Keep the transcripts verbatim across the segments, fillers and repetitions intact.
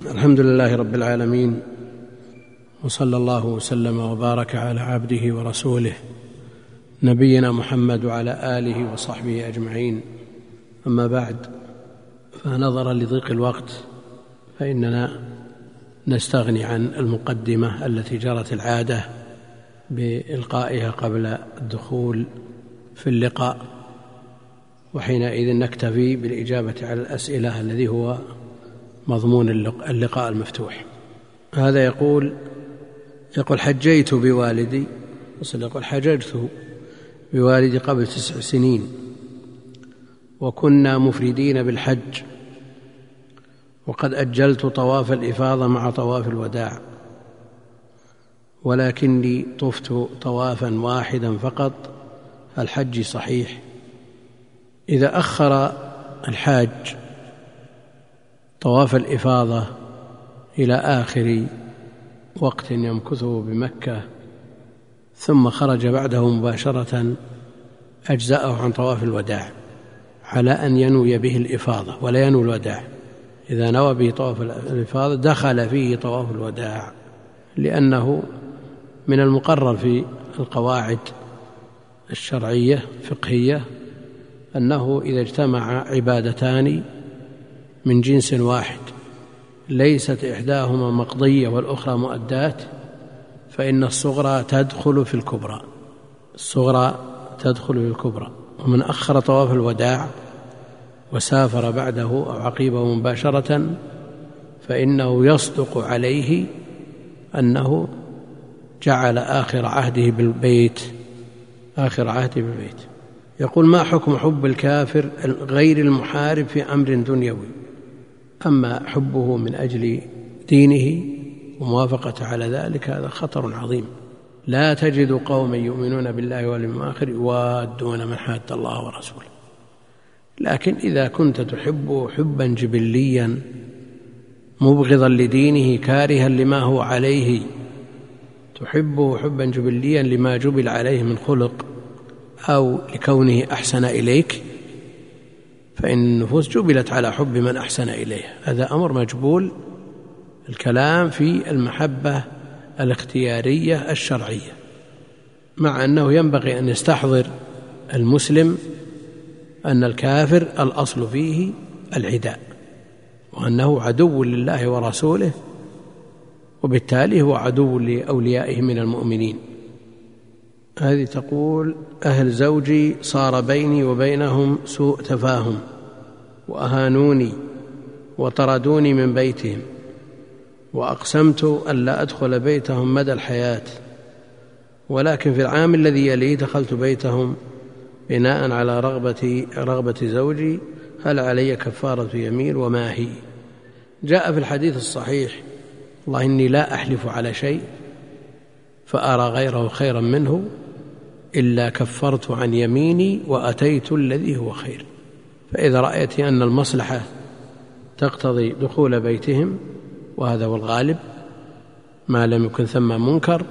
الحمد لله رب العالمين، وصلى الله وسلم وبارك على عبده ورسوله نبينا محمد وعلى آله وصحبه أجمعين. أما بعد، فنظرا لضيق الوقت فإننا نستغني عن المقدمة التي جرت العادة بإلقائها قبل الدخول في اللقاء، وحينئذ نكتفي بالإجابة على الأسئلة الذي هو مضمون اللقاء المفتوح. هذا يقول يقول حجيت بوالدي يقول حججت بوالدي قبل تسع سنين، وكنا مفردين بالحج، وقد أجلت طواف الإفاضة مع طواف الوداع، ولكني طفت طوافا واحدا فقط. الحج صحيح؟ إذا أخر الحاج طواف الإفاضة إلى آخر وقت يمكثه بمكة ثم خرج بعده مباشرة، أجزأه عن طواف الوداع على أن ينوي به الإفاضة ولا ينوي الوداع. إذا نوى به طواف الإفاضة دخل فيه طواف الوداع، لأنه من المقرر في القواعد الشرعية الفقهية أنه إذا اجتمع عبادتان من جنس واحد ليست إحداهما مقضية والأخرى مؤداة، فإن الصغرى تدخل في الكبرى الصغرى تدخل في الكبرى. ومن أخر طواف الوداع وسافر بعده أو عقيبه مباشرة فإنه يصدق عليه أنه جعل آخر عهده بالبيت آخر عهده بالبيت. يقول: ما حكم حب الكافر غير المحارب في أمر دنيوي؟ أما حبه من أجل دينه وموافقة على ذلك هذا خطر عظيم. لا تجد قوما يؤمنون بالله واليوم الآخر يوادون من حاد الله ورسوله. لكن إذا كنت تحبه حبا جبليا مبغضا لدينه كارها لما هو عليه، تحبه حبا جبليا لما جبل عليه من خلق أو لكونه أحسن إليك، فإن النفوس جبلت على حب من أحسن إليها، هذا أمر مجبول. الكلام في المحبة الاختيارية الشرعية، مع أنه ينبغي أن يستحضر المسلم أن الكافر الأصل فيه العداء، وأنه عدو لله ورسوله، وبالتالي هو عدو لأوليائه من المؤمنين. هذه تقول: أهل زوجي صار بيني وبينهم سوء تفاهم، وأهانوني وطردوني من بيتهم، وأقسمت أن لا أدخل بيتهم مدى الحياة، ولكن في العام الذي يليه دخلت بيتهم بناء على رغبة, رغبة زوجي. هل علي كفارة يمين وما هي؟ جاء في الحديث الصحيح: والله إني لا أحلف على شيء فأرى غيره خيرا منه إلا كفرت عن يميني وأتيت الذي هو خير. فإذا رأيت أن المصلحة تقتضي دخول بيتهم، وهذا هو الغالب ما لم يكن ثم منكر،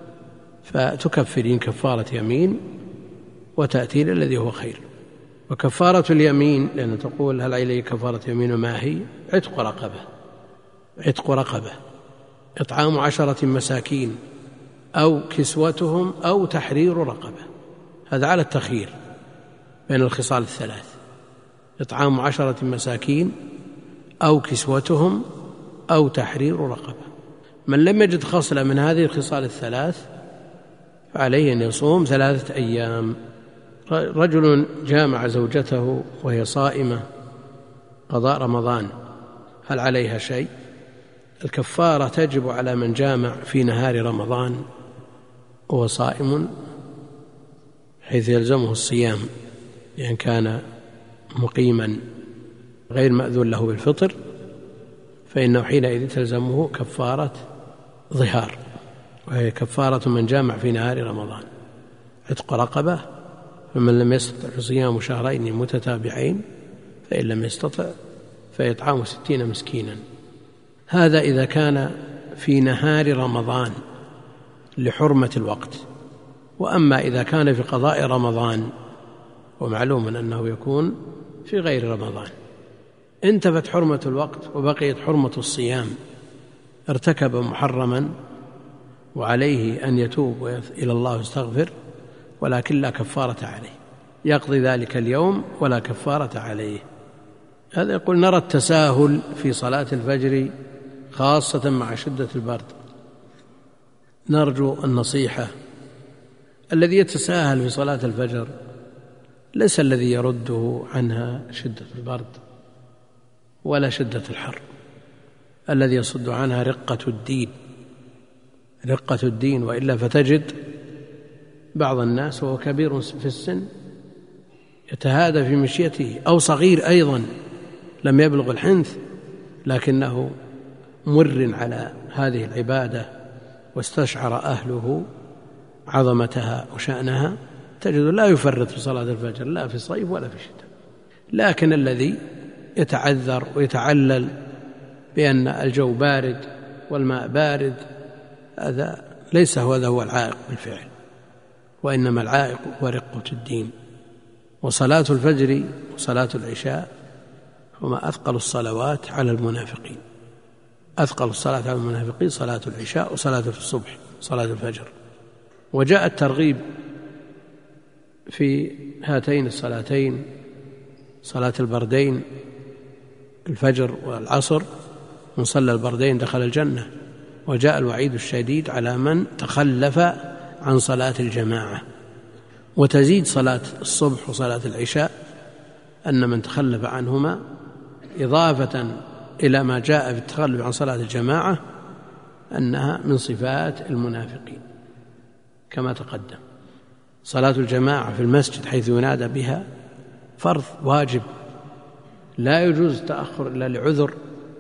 فتكفرين كفارة يمين وتأتي الذي هو خير. وكفارة اليمين، لأن تقول هل علي كفارة يمين وما هي؟ عتق رقبة عتق رقبة إطعام عشرة مساكين أو كسوتهم أو تحرير رقبة. هذا على التخيير بين الخصال الثلاث: إطعام عشرة مساكين أو كسوتهم أو تحرير رقبة. من لم يجد خصلة من هذه الخصال الثلاث فعليه أن يصوم ثلاثة أيام. رجل جامع زوجته وهي صائمة قضاء رمضان، هل عليها شيء؟ الكفارة تجب على من جامع في نهار رمضان وهو صائم، حيث يلزمه الصيام، لأن كان مقيما غير مأذون له بالفطر، فإنه حينئذ تلزمه كفارة ظهار، وهي كفارة من جامع في نهار رمضان. عتق رقبة، فمن لم يستطع صيام شهرين متتابعين، فإن لم يستطع فإطعام ستين مسكينا. هذا إذا كان في نهار رمضان لحرمة الوقت. وأما إذا كان في قضاء رمضان، ومعلوم أنه يكون في غير رمضان، انتفت حرمة الوقت وبقيت حرمة الصيام، ارتكب محرما وعليه أن يتوب إلى الله ويستغفر، ولكن لا كفارة عليه، يقضي ذلك اليوم ولا كفارة عليه. هذا يقول: نرى التساهل في صلاة الفجر خاصة مع شدة البرد، نرجو النصيحة. الذي يتساهل في صلاة الفجر ليس الذي يرده عنها شدة البرد ولا شدة الحر، الذي يصد عنها رقة الدين، رقة الدين. وإلا فتجد بعض الناس وهو كبير في السن يتهادى في مشيته، أو صغير أيضا لم يبلغ الحنث لكنه مر على هذه العبادة واستشعر أهله عظمتها وشأنها، تجد لا يفرط في صلاة الفجر لا في صيف ولا في شتاء. لكن الذي يتعذر ويتعلل بأن الجو بارد والماء بارد، هذا ليس هذا هو العائق بالفعل، وإنما العائق هو رقة الدين. وصلاة الفجر وصلاة العشاء هما أثقل الصلوات على المنافقين، أثقل الصلاة على المنافقين صلاة العشاء وصلاة الصبح صلاة الفجر. وجاء الترغيب في هاتين الصلاتين، صلاة البردين الفجر والعصر، من صلى البردين دخل الجنة. وجاء الوعيد الشديد على من تخلف عن صلاة الجماعة. وتزيد صلاة الصبح وصلاة العشاء أن من تخلف عنهما إضافة إلى ما جاء في التخلف عن صلاة الجماعة أنها من صفات المنافقين كما تقدم. صلاة الجماعة في المسجد حيث ينادى بها فرض واجب، لا يجوز تأخر إلا لعذر.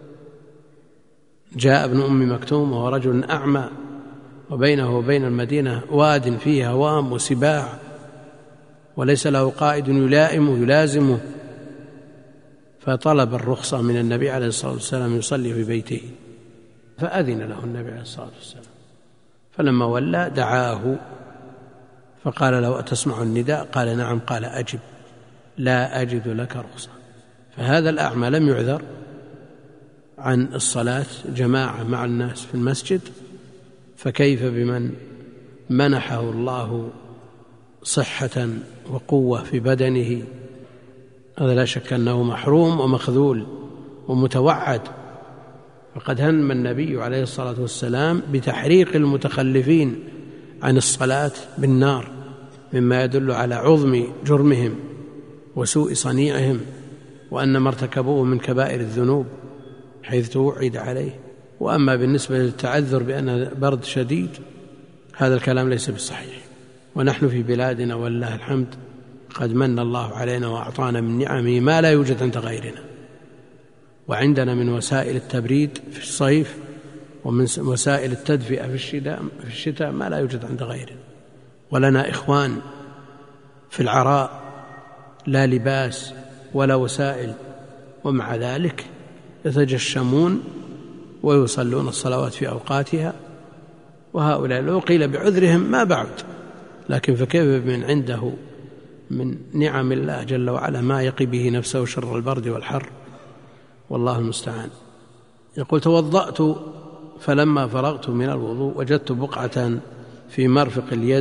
جاء ابن أم مكتوم وهو رجل أعمى وبينه وبين المدينة واد فيه هوام وسباع وليس له قائد يلائمه يلازمه، فطلب الرخصة من النبي عليه الصلاة والسلام يصلي في بيته، فأذن له النبي عليه الصلاة والسلام. فلما ولى دعاه فقال له: أتسمع النداء؟ قال: نعم. قال: أجب، لا أجد لك رخصة. فهذا الأعمى لم يعذر عن الصلاة جماعة مع الناس في المسجد، فكيف بمن منحه الله صحة وقوة في بدنه؟ هذا لا شك أنه محروم ومخذول ومتوعد. فقد هم النبي عليه الصلاة والسلام بتحريق المتخلفين عن الصلاة بالنار، مما يدل على عظم جرمهم وسوء صنيعهم، وأن ما ارتكبوه من كبائر الذنوب حيث توعد عليه. وأما بالنسبة للتعذر بأن برد شديد، هذا الكلام ليس بالصحيح. ونحن في بلادنا والله الحمد قد من الله علينا وأعطانا من نعمه ما لا يوجد عند غيرنا، وعندنا من وسائل التبريد في الصيف ومن وسائل التدفئة في الشتاء في الشتاء ما لا يوجد عند غيرنا. ولنا إخوان في العراء لا لباس ولا وسائل، ومع ذلك يتجشمون ويصلون الصلوات في أوقاتها. وهؤلاء لو قيل بعذرهم ما بعد، لكن فكيف من عنده من نعم الله جل وعلا ما يقي به نفسه شر البرد والحر، والله المستعان. يقول: توضأت فلما فرغت من الوضوء وجدت بقعة في مرفق اليد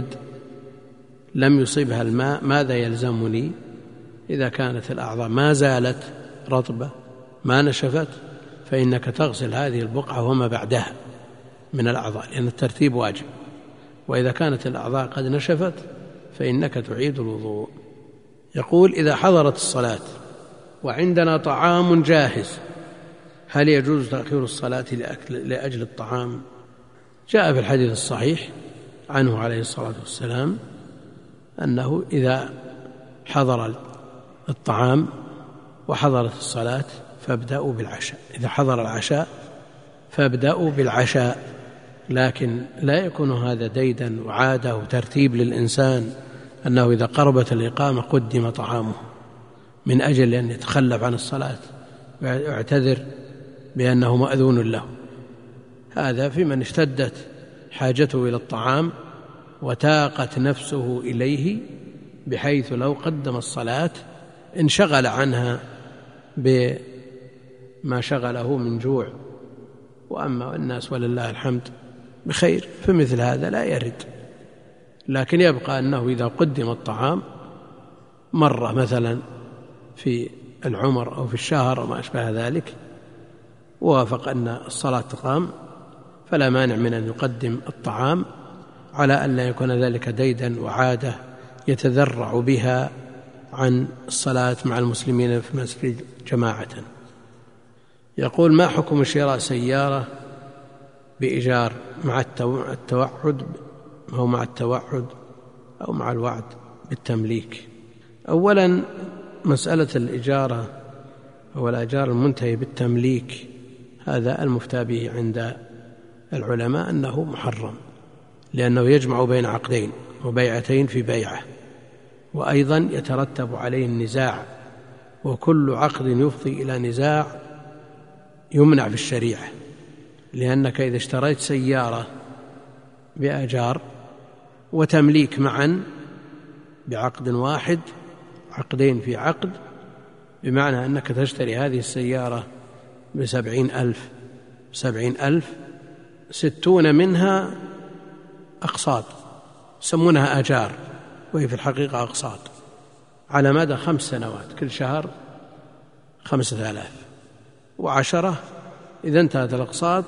لم يصبها الماء، ماذا يلزمني؟ إذا كانت الأعضاء ما زالت رطبة ما نشفت فإنك تغسل هذه البقعة وما بعدها من الأعضاء، لأن الترتيب واجب. وإذا كانت الأعضاء قد نشفت فإنك تعيد الوضوء. يقول: إذا حضرت الصلاة وعندنا طعام جاهز هل يجوز تأخير الصلاة لأجل الطعام؟ جاء في الحديث الصحيح عنه عليه الصلاة والسلام أنه إذا حضر الطعام وحضرت الصلاة فابدأوا بالعشاء، إذا حضر العشاء فابدأوا بالعشاء. لكن لا يكون هذا ديدا وعادة وترتيب للإنسان أنه إذا قربت الإقامة قدم طعامه من أجل أن يتخلف عن الصلاة ويعتذر بأنه مأذون له. هذا في من اشتدت حاجته إلى الطعام وتاقت نفسه إليه بحيث لو قدم الصلاة انشغل عنها ما شغله من جوع، وأما الناس ولله الحمد بخير، فمثل هذا لا يرد. لكن يبقى أنه إذا قدم الطعام مرة مثلا في العمر أو في الشهر أو ما أشبه ذلك، ووافق أن الصلاة تقام، فلا مانع من أن يقدم الطعام على أن لا يكون ذلك ديدا وعادة يتذرع بها عن الصلاة مع المسلمين في المسجد جماعة. يقول: ما حكم شراء سيارة بإيجار مع التوعد أو مع التوعد أو مع الوعد بالتمليك؟ أولا، مسألة الإجارة أو الإيجار المنتهي بالتمليك هذا المفتى به عند العلماء أنه محرم، لأنه يجمع بين عقدين وبيعتين في بيعة، وأيضا يترتب عليه النزاع، وكل عقد يفضي إلى نزاع يمنع في الشريعة، لأنك إذا اشتريت سيارة بأجار وتمليك معا بعقد واحد، عقدين في عقد، بمعنى أنك تشتري هذه السيارة بسبعين ألف سبعين ألف ستون منها أقساط يسمونها أجار، وهي في الحقيقة أقساط على مدى خمس سنوات، كل شهر خمسة آلاف وعشرة، إذا انتهت الأقساط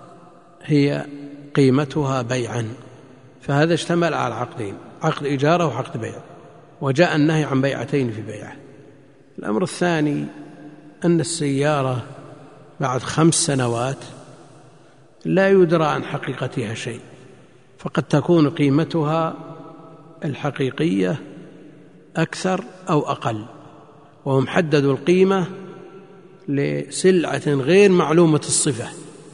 هي قيمتها بيعا، فهذا اشتمل على عقدين، عقد إجارة وعقد بيع، وجاء النهي عن بيعتين في بيعة. الأمر الثاني أن السيارة بعد خمس سنوات لا يدرى عن حقيقتها شيء، فقد تكون قيمتها الحقيقية أكثر أو أقل، وهم حددوا القيمة لسلعة غير معلومة الصفة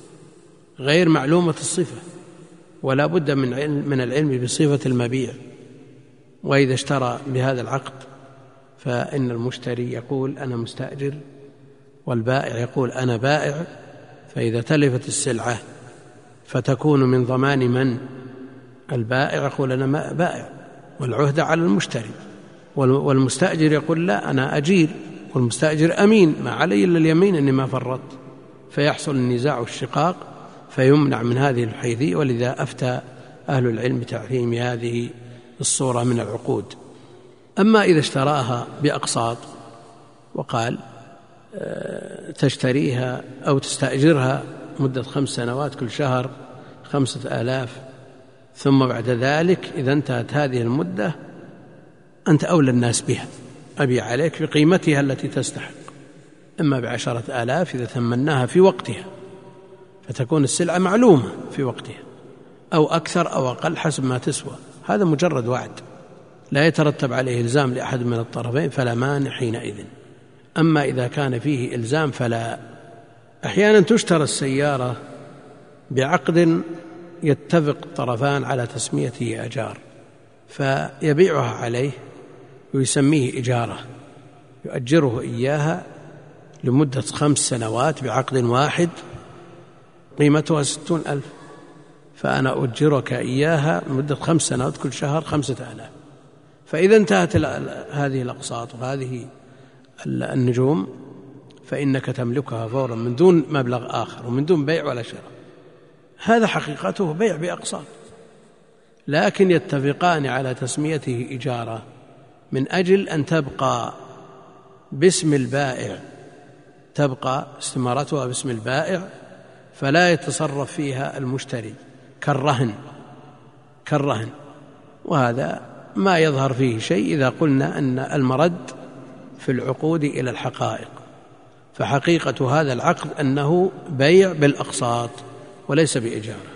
غير معلومة الصفة ولا بد من علم من العلم بصفة المبيع. وإذا اشترى بهذا العقد فإن المشتري يقول أنا مستأجر، والبائع يقول أنا بائع، فإذا تلفت السلعة فتكون من ضمان من؟ البائع يقول أنا بائع، والعهد على المشتري، والمستأجر يقول لا أنا أجير، والمستأجر أمين، ما علي إلا اليمين أني ما فرطت، فيحصل النزاع والشقاق فيمنع من هذه الحيثية. ولذا أفتى أهل العلم بتحريم هذه الصورة من العقود. أما إذا اشتراها بأقساط وقال تشتريها أو تستأجرها مدة خمس سنوات كل شهر خمسة آلاف، ثم بعد ذلك إذا انتهت هذه المدة أنت أولى الناس بها، أبي عليك بقيمتها التي تستحق، إما بعشرة آلاف إذا ثمناها في وقتها فتكون السلعة معلومة في وقتها، أو أكثر أو أقل حسب ما تسوى. هذا مجرد وعد لا يترتب عليه إلزام لأحد من الطرفين، فلا مانع حينئذ. أما إذا كان فيه إلزام فلا. أحيانا تشترى السيارة بعقد يتفق الطرفان على تسميته أجار، فيبيعها عليه ويسميه إجارة، يؤجره إياها لمدة خمس سنوات بعقد واحد قيمتها ستون ألف، فأنا أجرك إياها لمدة خمس سنوات كل شهر خمسة آلاف. فإذا انتهت هذه الأقساط وهذه النجوم فإنك تملكها فورا من دون مبلغ آخر ومن دون بيع ولا شراء. هذا حقيقته بيع بأقساط، لكن يتفقان على تسميته إجارة من أجل أن تبقى باسم البائع، تبقى استمارتها باسم البائع، فلا يتصرف فيها المشتري كالرهن كالرهن وهذا ما يظهر فيه شيء إذا قلنا أن المرد في العقود إلى الحقائق، فحقيقة هذا العقد أنه بيع بالأقساط وليس بإجارة.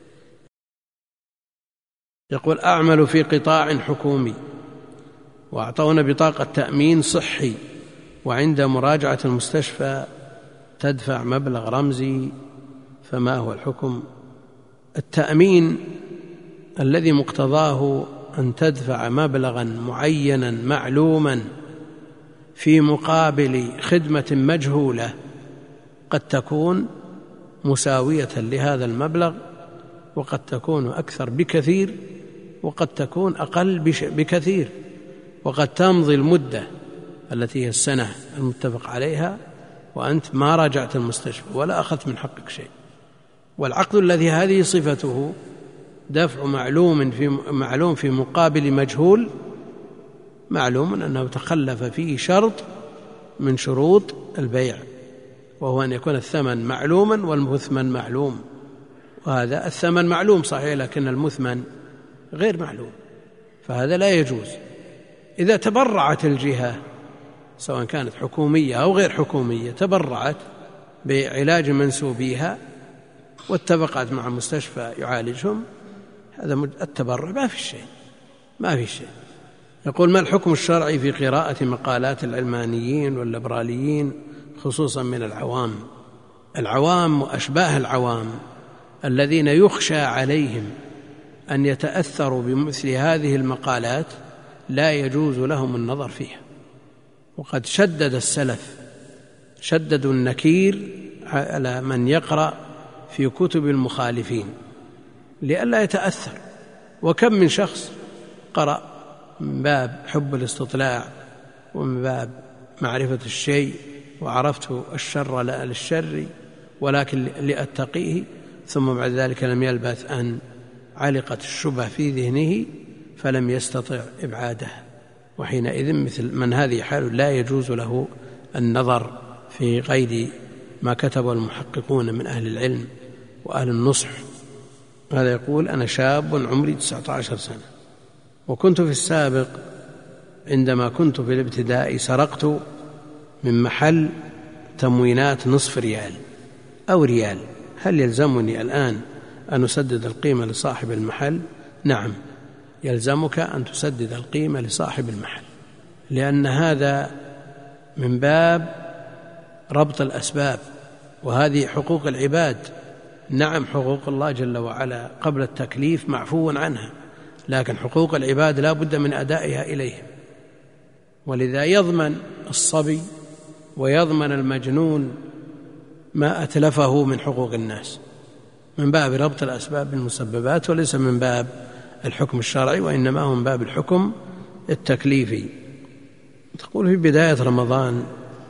يقول أعمل في قطاع حكومي وأعطونا بطاقة تأمين صحي، وعند مراجعة المستشفى تدفع مبلغ رمزي، فما هو الحكم؟ التأمين الذي مقتضاه أن تدفع مبلغا معينا معلوما في مقابل خدمة مجهولة قد تكون مساوية لهذا المبلغ، وقد تكون أكثر بكثير، وقد تكون أقل بكثير، وقد تمضي المدة التي هي السنة المتفق عليها وأنت ما راجعت المستشفى ولا أخذت من حقك شيء. والعقد الذي هذه صفته دفع معلوم في معلوم في مقابل مجهول، معلوم أنه تخلف فيه شرط من شروط البيع، وهو أن يكون الثمن معلوما والمثمن معلوم. وهذا الثمن معلوم صحيح، لكن المثمن غير معلوم، فهذا لا يجوز. إذا تبرعت الجهة سواء كانت حكومية أو غير حكومية، تبرعت بعلاج منسوبيها واتفقت مع مستشفى يعالجهم، هذا التبرع ما في شيء ما في شيء. يقول: ما الحكم الشرعي في قراءة مقالات العلمانيين والليبراليين خصوصا من العوام؟ العوام وأشباه العوام الذين يخشى عليهم أن يتأثروا بمثل هذه المقالات لا يجوز لهم النظر فيها. وقد شدد السلف شددوا النكير على من يقرأ في كتب المخالفين لئلا يتأثر. وكم من شخص قرأ من باب حب الاستطلاع ومن باب معرفة الشيء وعرفته الشر لا للشر ولكن لأتقيه، ثم بعد ذلك لم يلبث أن علقت الشبهة في ذهنه فلم يستطع إبعادها، وحينئذ مثل من هذه حال لا يجوز له النظر في غير ما كتب المحققون من أهل العلم وأهل النصح. هذا يقول: أنا شاب عمري تسعة عشر سنة، وكنت في السابق عندما كنت في الابتدائي سرقت من محل تموينات نصف ريال أو ريال، هل يلزمني الآن أن أسدد القيمة لصاحب المحل؟ نعم، يلزمك أن تسدد القيمة لصاحب المحل، لأن هذا من باب ربط الأسباب، وهذه حقوق العباد. نعم، حقوق الله جل وعلا قبل التكليف معفو عنها، لكن حقوق العباد لا بد من أدائها إليهم. ولذا يضمن الصبي ويضمن المجنون ما أتلفه من حقوق الناس من باب ربط الأسباب بالمسببات، وليس من باب الحكم الشرعي، وإنما هو من باب الحكم التكليفي. تقول: في بداية رمضان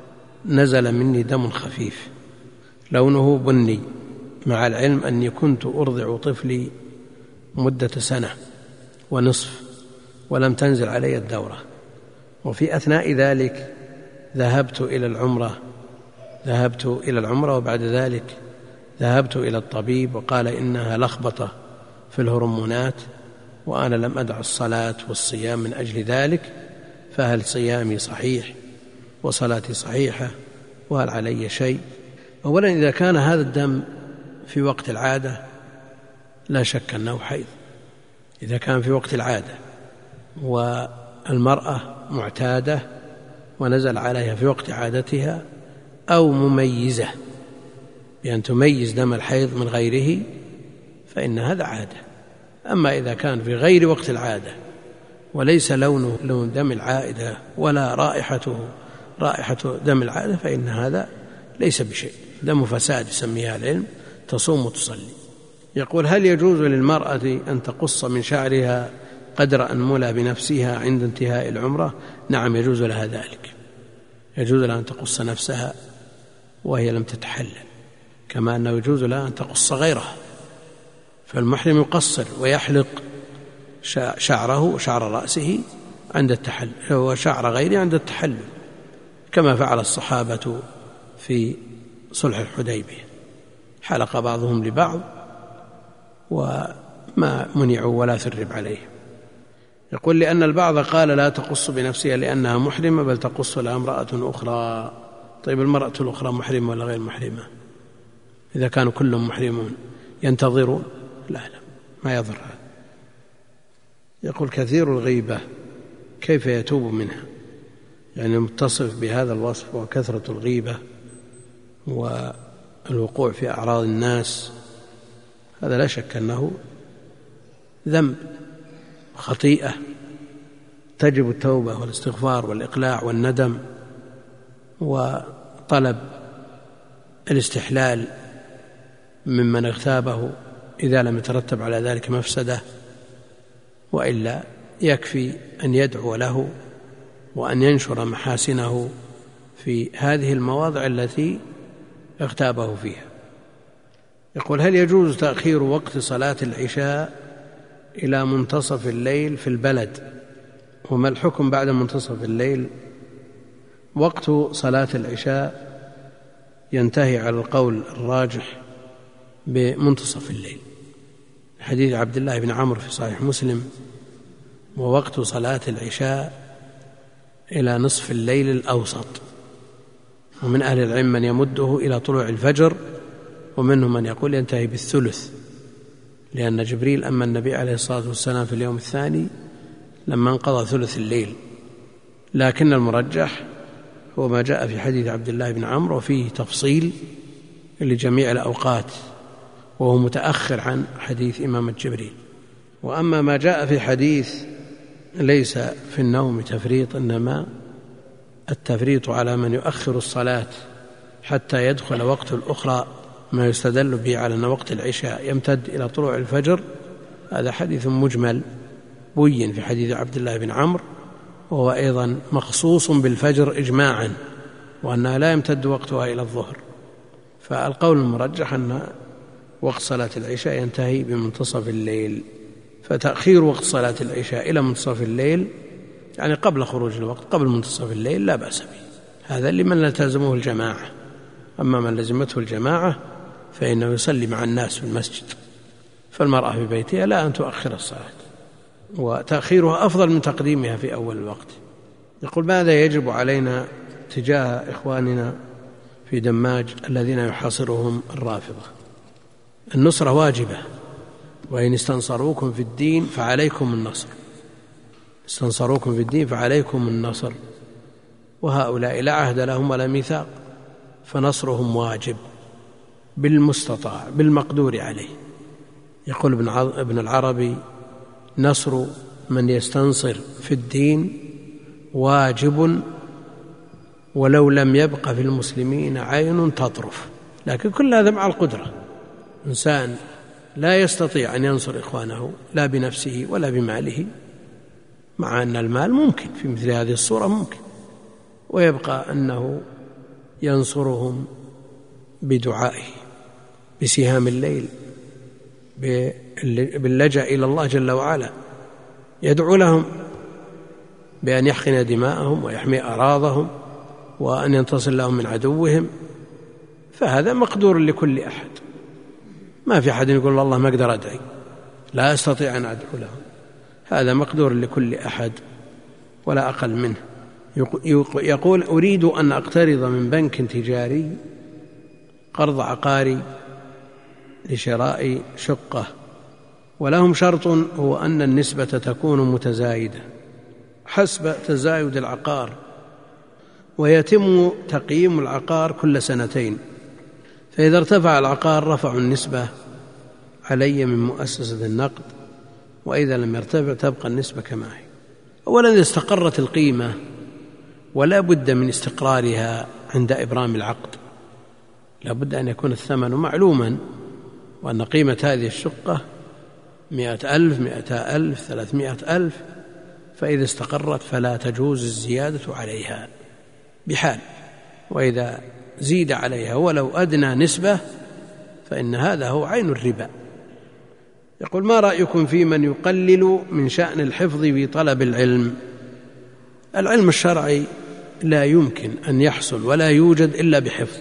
نزل مني دم خفيف لونه بني، مع العلم أني كنت أرضع طفلي مدة سنة ونصف ولم تنزل علي الدورة، وفي أثناء ذلك ذهبت إلى العمرة ذهبت إلى العمرة وبعد ذلك ذهبت إلى الطبيب وقال إنها لخبطة في الهرمونات، وأنا لم أدع الصلاة والصيام من أجل ذلك، فهل صيامي صحيح وصلاتي صحيحة وهل علي شيء؟ أولا، إذا كان هذا الدم في وقت العادة لا شك أنه حيض، إذا كان في وقت العادة والمرأة معتادة ونزل عليها في وقت عادتها، أو مميزة بأن تميز دم الحيض من غيره، فإن هذا عادة. أما إذا كان في غير وقت العادة وليس لونه لون دم العائدة ولا رائحته رائحة دم العادة، فإن هذا ليس بشيء، دم فساد يسميها العلم، تصوم وتصلي. يقول: هل يجوز للمرأة أن تقص من شعرها قدر أنملة بنفسها عند انتهاء العمرة؟ نعم، يجوز لها ذلك، يجوز لها أن تقص نفسها وهي لم تتحلل، كما أنه يجوز لها أن تقص غيرها. فالمحرم يقصر ويحلق شعره وشعر رأسه عند التحلل وشعر غيره عند التحلل، كما فعل الصحابة في صلح الحديبية، حلق بعضهم لبعض وما منعوا ولا ثرب عليهم. يقول: لأن البعض قال لا تقص بنفسها لأنها محرمة بل تقص لها امرأة أخرى. طيب، المرأة الأخرى محرمة ولا غير محرمة؟ إذا كانوا كلهم محرمون ينتظرون؟ لا لا، ما يضر هذا. يقول: كثير الغيبة كيف يتوب منها؟ يعني متصف بهذا الوصف وكثرة الغيبة والوقوع في أعراض الناس، هذا لا شك أنه ذنب خطيئة تجب التوبة والاستغفار والإقلاع والندم وطلب الاستحلال ممن اغتابه إذا لم يترتب على ذلك مفسدة، وإلا يكفي أن يدعو له وأن ينشر محاسنه في هذه المواضع التي اغتابه فيها. يقول: هل يجوز تأخير وقت صلاة العشاء إلى منتصف الليل في البلد؟ وما الحكم بعد منتصف الليل؟ وقت صلاة العشاء ينتهي على القول الراجح بمنتصف الليل، حديث عبد الله بن عمرو في صحيح مسلم: ووقت صلاة العشاء إلى نصف الليل الأوسط. ومن أهل العلم من يمده إلى طلوع الفجر، ومنهم من يقول ينتهي بالثلث، لأن جبريل أما النبي عليه الصلاة والسلام في اليوم الثاني لما انقضى ثلث الليل. لكن المرجح هو ما جاء في حديث عبد الله بن عمرو، وفيه تفصيل لجميع الأوقات، وهو متأخر عن حديث إمامة جبريل. وأما ما جاء في حديث ليس في النوم تفريط، إنما التفريط على من يؤخر الصلاة حتى يدخل وقت الأخرى، ما يستدل به على أن وقت العشاء يمتد إلى طلوع الفجر، هذا حديث مجمل بين في حديث عبد الله بن عمرو، وهو أيضا مخصوص بالفجر إجماعا، وأنها لا يمتد وقتها إلى الظهر. فالقول المرجح أن وقت صلاة العشاء ينتهي بمنتصف الليل، فتأخير وقت صلاة العشاء إلى منتصف الليل يعني قبل خروج الوقت، قبل منتصف الليل، لا بأس به. هذا لمن لا تلزمه الجماعة. أما من لزمته الجماعة فإنه يصلي مع الناس في المسجد، فالمرأة في بيتها لا أن تؤخر الصلاة، وتأخيرها أفضل من تقديمها في أول الوقت. يقول: ماذا يجب علينا تجاه إخواننا في دماج الذين يحاصرهم الرافضة؟ النصرة واجبة، وإن استنصروكم في الدين فعليكم النصر، استنصروكم في الدين فعليكم النصر، وهؤلاء لا عهد لهم ولا ميثاق، فنصرهم واجب بالمستطاع بالمقدور عليه. يقول ابن العربي: نصر من يستنصر في الدين واجب ولو لم يبق في المسلمين عين تطرف. لكن كل هذا مع القدرة. إنسان لا يستطيع أن ينصر إخوانه لا بنفسه ولا بماله، مع أن المال ممكن في مثل هذه الصورة ممكن، ويبقى أنه ينصرهم بدعائه، بسهام الليل، باللجأ إلى الله جل وعلا، يدعو لهم بأن يحقن دماءهم ويحمي أراضهم وأن ينتصر لهم من عدوهم. فهذا مقدور لكل أحد، ما في أحد يقول الله ما أقدر أدعي، لا أستطيع أن أدعو لهم، هذا مقدور لكل أحد ولا أقل منه. يقول: أريد أن أقترض من بنك تجاري قرض عقاري لشراء شقة، ولهم شرط هو أن النسبة تكون متزايدة حسب تزايد العقار، ويتم تقييم العقار كل سنتين، فإذا ارتفع العقار رفعوا النسبة علي من مؤسسة النقد، وإذا لم يرتفع تبقى النسبة كما هي. أولا إذا استقرت القيمة ولا بد من استقرارها عند إبرام العقد، لا بد أن يكون الثمن معلوما، وأن قيمة هذه الشقة مئة ألف مئتا ألف ثلاثمائة ألف، فإذا استقرت فلا تجوز الزيادة عليها بحال، وإذا زيد عليها ولو أدنى نسبة فإن هذا هو عين الربا. يقول: ما رأيكم في من يقلل من شأن الحفظ في طلب العلم؟ العلم الشرعي لا يمكن أن يحصل ولا يوجد إلا بحفظ،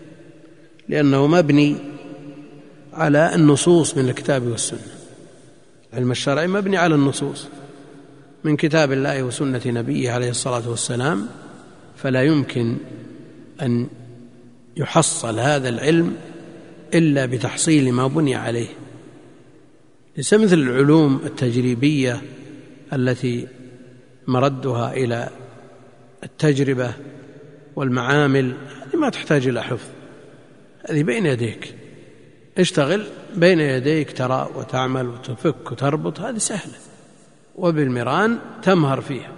لأنه مبني على النصوص من الكتاب والسنة. العلم الشرعي مبني على النصوص من كتاب الله وسنة نبيه عليه الصلاة والسلام، فلا يمكن أن يحصل هذا العلم إلا بتحصيل ما بني عليه. ليس مثل العلوم التجريبية التي مردها إلى التجربة والمعامل، هذه ما تحتاج إلى حفظ، هذه بين يديك، اشتغل بين يديك، ترى وتعمل وتفك وتربط، هذه سهلة، وبالمران تمهر فيها.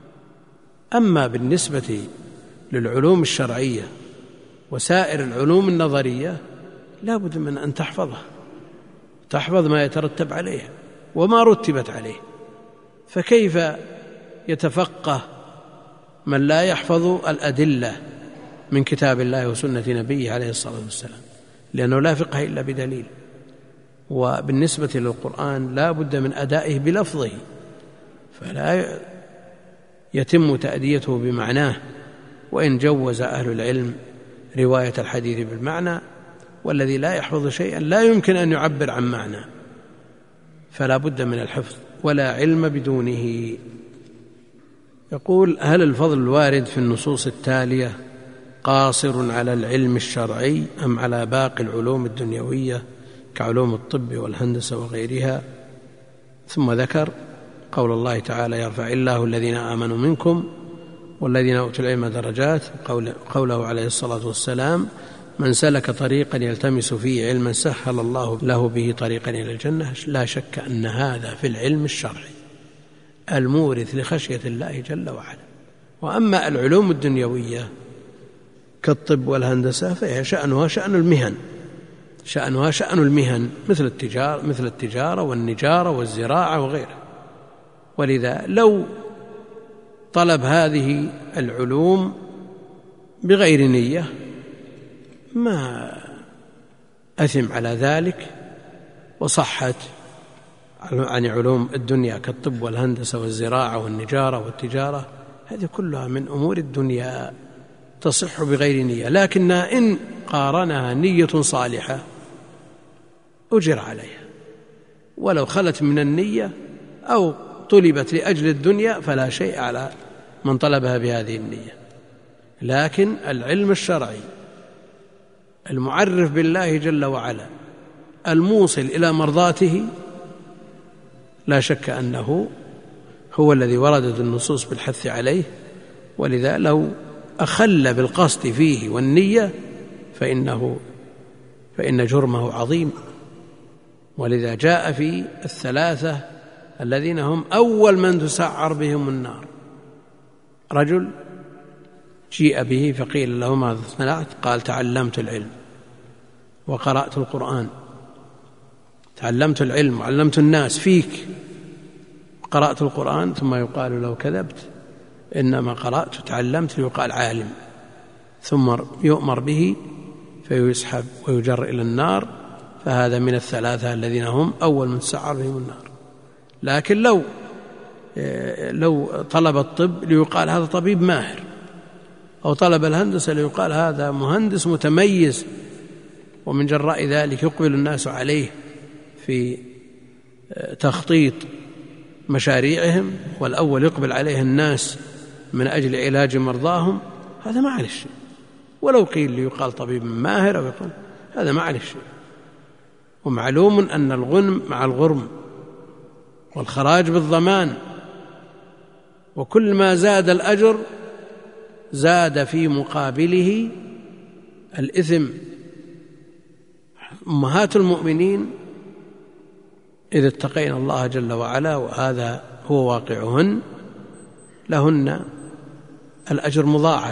أما بالنسبة للعلوم الشرعية وسائر العلوم النظرية لا بد من أن تحفظها، تحفظ ما يترتب عليها وما رتبت عليه. فكيف يتفقه من لا يحفظ الأدلة من كتاب الله وسنة نبيه عليه الصلاة والسلام، لأنه لا فقه إلا بدليل. وبالنسبة للقرآن لا بد من أدائه بلفظه، فلا يتم تأديته بمعناه، وإن جوز أهل العلم رواية الحديث بالمعنى، والذي لا يحفظ شيئا لا يمكن أن يعبر عن معنى، فلا بد من الحفظ ولا علم بدونه. يقول: هل الفضل الوارد في النصوص التالية قاصر على العلم الشرعي أم على باقي العلوم الدنيوية كعلوم الطب والهندسة وغيرها؟ ثم ذكر قول الله تعالى: يرفع الله الذين آمنوا منكم والذين أوتوا العلم درجات، قوله عليه الصلاة والسلام: من سلك طريقا يلتمس فيه علما سهل الله له به طريقا إلى الجنة. لا شك أن هذا في العلم الشرعي المورث لخشية الله جل وعلا. وأما العلوم الدنيوية كالطب والهندسة فهي شأنها شأن المهن شأنها شأن المهن مثل التجارة مثل التجارة والنجارة والزراعة وغيرها. ولذا لو طلب هذه العلوم بغير نية ما أثم على ذلك، وصحت عن علوم الدنيا كالطب والهندسة والزراعة والنجارة والتجارة، هذه كلها من أمور الدنيا تصح بغير نية، لكنها إن قارنها نية صالحة أجر عليها، ولو خلت من النية أو طلبت لأجل الدنيا فلا شيء على من طلبها بهذه النية. لكن العلم الشرعي المعرف بالله جل وعلا الموصل إلى مرضاته لا شك أنه هو الذي وردت النصوص بالحث عليه، ولذا لو أخل بالقصد فيه والنية فإنه فإن جرمه عظيم. ولذا جاء في الثلاثة الذين هم أول من تسعر بهم النار: رجل جيء به فقيل له: ماذا صنعت؟ قال: تعلمت العلم وقرأت القرآن. تعلمت العلم وعلمت الناس فيك، قرأت القرآن. ثم يقال له: كذبت، إنما قرأت تعلمت ليقال عالم. ثم يؤمر به فيسحب ويجر إلى النار، فهذا من الثلاثة الذين هم أول من تسعر بهم النار. لكن لو لو طلب الطب ليقال هذا طبيب ماهر، أو طلب الهندسة ليقال هذا مهندس متميز، ومن جراء ذلك يقبل الناس عليه في تخطيط مشاريعهم، والأول يقبل عليه الناس من أجل علاج مرضاهم، هذا ما عليه شيء. ولو قيل ليقال طبيب ماهر أو يقول هذا ما عليه شيء. ومعلوم أن الغنم مع الغرم والخراج بالضمان، وكل ما زاد الأجر زاد في مقابله الإثم. أمهات المؤمنين إذا اتقينا الله جل وعلا وهذا هو واقعهن لهن الأجر مضاعف،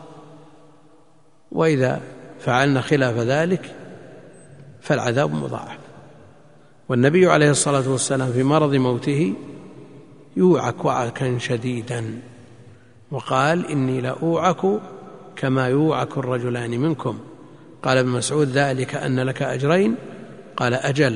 وإذا فعلنا خلاف ذلك فالعذاب مضاعف. والنبي عليه الصلاة والسلام في مرض موته يوعك وعكا شديدا، وقال: إني لأوعك كما يوعك الرجلان منكم. قال ابن مسعود: ذلك أن لك أجرين؟ قال: أجل.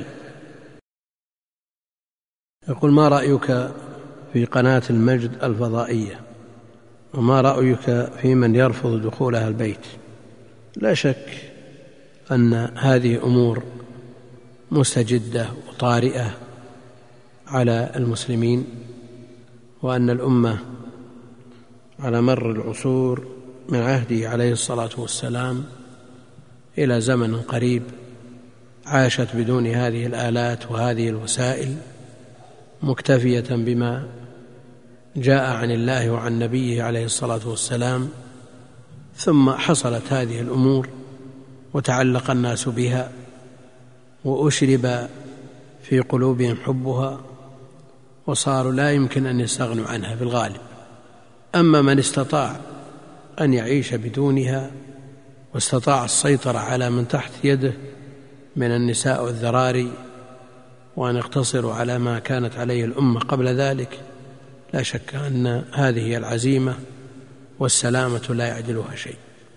يقول: ما رأيك في قناة المجد الفضائية، وما رأيك في من يرفض دخولها البيت؟ لا شك أن هذه أمور مستجدة وطارئة على المسلمين، وأن الأمة على مر العصور من عهده عليه الصلاة والسلام إلى زمن قريب عاشت بدون هذه الآلات وهذه الوسائل، مكتفية بما جاء عن الله وعن نبيه عليه الصلاة والسلام. ثم حصلت هذه الأمور وتعلق الناس بها وأشرب في قلوبهم حبها، وصاروا لا يمكن أن يستغنوا عنها في الغالب. أما من استطاع أن يعيش بدونها واستطاع السيطرة على من تحت يده من النساء والذراري، وأن يقتصروا على ما كانت عليه الأمة قبل ذلك، لا شك أن هذه العزيمة والسلامة لا يعدلها شيء.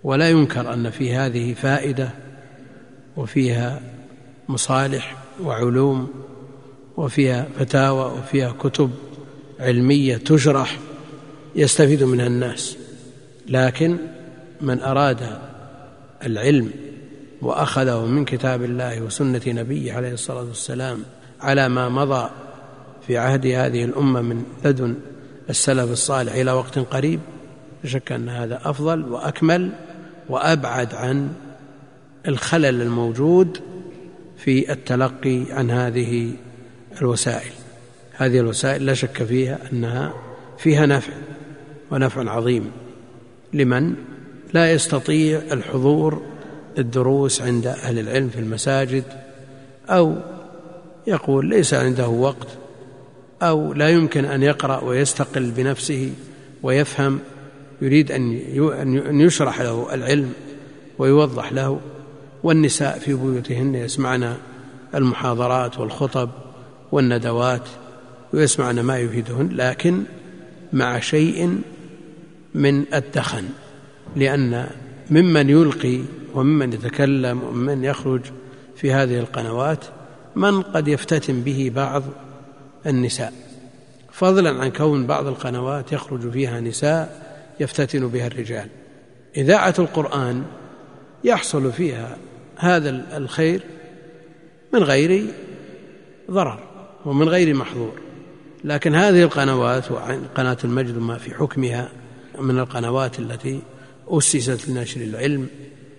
ولا ينكر أن في هذه فائدة وفيها مصالح وعلوم وفيها فتاوى وفيها كتب علمية تشرح يستفيد منها الناس. لكن من أراد العلم وأخذه من كتاب الله وسنة نبيه عليه الصلاة والسلام على ما مضى في عهد هذه الأمة من لدن السلف الصالح إلى وقت قريب، لا شك أن هذا أفضل وأكمل وأبعد عن الخلل الموجود في التلقي عن هذه الوسائل. هذه الوسائل لا شك فيها أنها فيها نفع ونفع عظيم لمن لا يستطيع الحضور الدروس عند أهل العلم في المساجد، أو يقول ليس عنده وقت، أو لا يمكن أن يقرأ ويستقل بنفسه ويفهم، يريد أن يشرح له العلم ويوضح له. والنساء في بيوتهن يسمعن المحاضرات والخطب والندوات ويسمعن ما يفيدهن، لكن مع شيء من الدخن، لأن ممن يلقي وممن يتكلم وممن يخرج في هذه القنوات من قد يفتتن به بعض النساء، فضلا عن كون بعض القنوات يخرج فيها نساء يفتتن بها الرجال. إذاعة القرآن يحصل فيها هذا الخير من غير ضرر ومن غير محظور، لكن هذه القنوات وقناة المجد ما في حكمها من القنوات التي أسست لنشر العلم